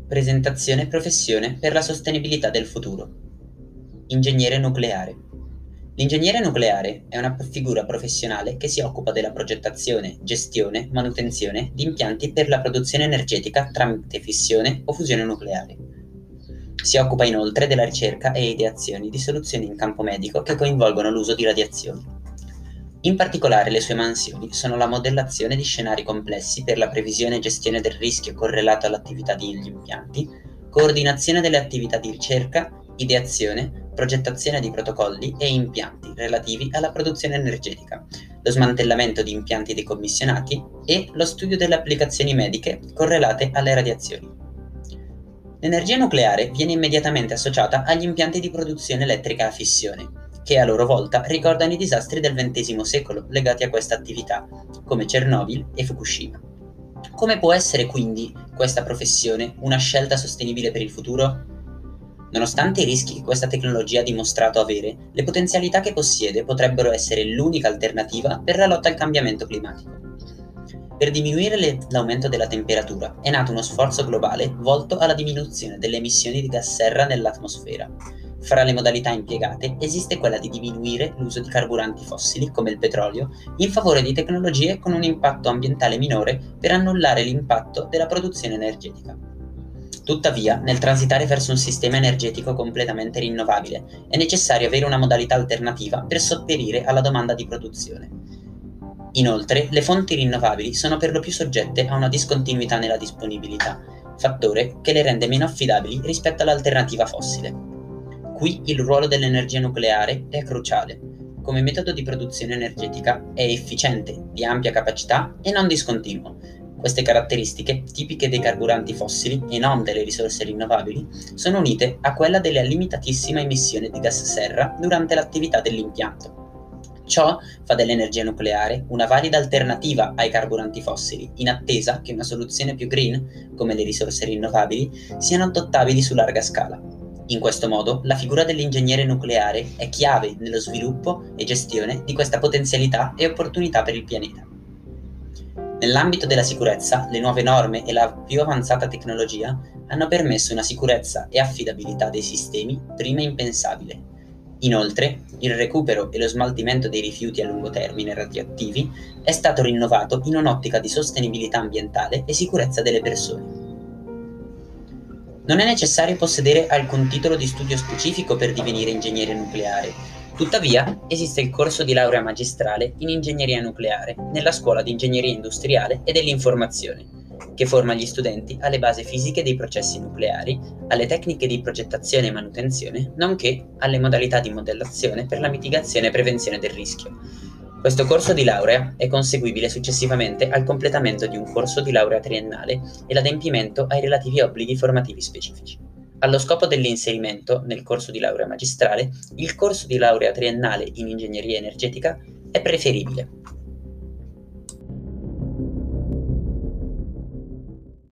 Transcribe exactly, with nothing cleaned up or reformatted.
Presentazione e professione per la sostenibilità del futuro. Ingegnere nucleare. L'ingegnere nucleare è una figura professionale che si occupa della progettazione, gestione, manutenzione di impianti per la produzione energetica tramite fissione o fusione nucleare. Si occupa inoltre della ricerca e ideazioni di soluzioni in campo medico che coinvolgono l'uso di radiazioni. In particolare le sue mansioni sono la modellazione di scenari complessi per la previsione e gestione del rischio correlato all'attività degli impianti, coordinazione delle attività di ricerca, ideazione, progettazione di protocolli e impianti relativi alla produzione energetica, lo smantellamento di impianti decommissionati e lo studio delle applicazioni mediche correlate alle radiazioni. L'energia nucleare viene immediatamente associata agli impianti di produzione elettrica a fissione, che a loro volta ricordano i disastri del ventesimo secolo legati a questa attività, come Chernobyl e Fukushima. Come può essere quindi questa professione una scelta sostenibile per il futuro? Nonostante i rischi che questa tecnologia ha dimostrato avere, le potenzialità che possiede potrebbero essere l'unica alternativa per la lotta al cambiamento climatico. Per diminuire le- l'aumento della temperatura è nato uno sforzo globale volto alla diminuzione delle emissioni di gas serra nell'atmosfera. Fra le modalità impiegate esiste quella di diminuire l'uso di carburanti fossili come il petrolio in favore di tecnologie con un impatto ambientale minore per annullare l'impatto della produzione energetica. Tuttavia, nel transitare verso un sistema energetico completamente rinnovabile, è necessario avere una modalità alternativa per sopperire alla domanda di produzione. Inoltre, le fonti rinnovabili sono per lo più soggette a una discontinuità nella disponibilità, fattore che le rende meno affidabili rispetto all'alternativa fossile. Qui il ruolo dell'energia nucleare è cruciale. Come metodo di produzione energetica è efficiente, di ampia capacità e non discontinuo. Queste caratteristiche, tipiche dei carburanti fossili e non delle risorse rinnovabili, sono unite a quella della limitatissima emissione di gas serra durante l'attività dell'impianto. Ciò fa dell'energia nucleare una valida alternativa ai carburanti fossili, in attesa che una soluzione più green, come le risorse rinnovabili, siano adottabili su larga scala. In questo modo, la figura dell'ingegnere nucleare è chiave nello sviluppo e gestione di questa potenzialità e opportunità per il pianeta. Nell'ambito della sicurezza, le nuove norme e la più avanzata tecnologia hanno permesso una sicurezza e affidabilità dei sistemi prima impensabile. Inoltre, il recupero e lo smaltimento dei rifiuti a lungo termine radioattivi è stato rinnovato in un'ottica di sostenibilità ambientale e sicurezza delle persone. Non è necessario possedere alcun titolo di studio specifico per divenire ingegnere nucleare. Tuttavia, esiste il corso di laurea magistrale in ingegneria nucleare nella Scuola di Ingegneria Industriale e dell'Informazione, che forma gli studenti alle basi fisiche dei processi nucleari, alle tecniche di progettazione e manutenzione, nonché alle modalità di modellazione per la mitigazione e prevenzione del rischio. Questo corso di laurea è conseguibile successivamente al completamento di un corso di laurea triennale e l'adempimento ai relativi obblighi formativi specifici. Allo scopo dell'inserimento nel corso di laurea magistrale, il corso di laurea triennale in ingegneria energetica è preferibile.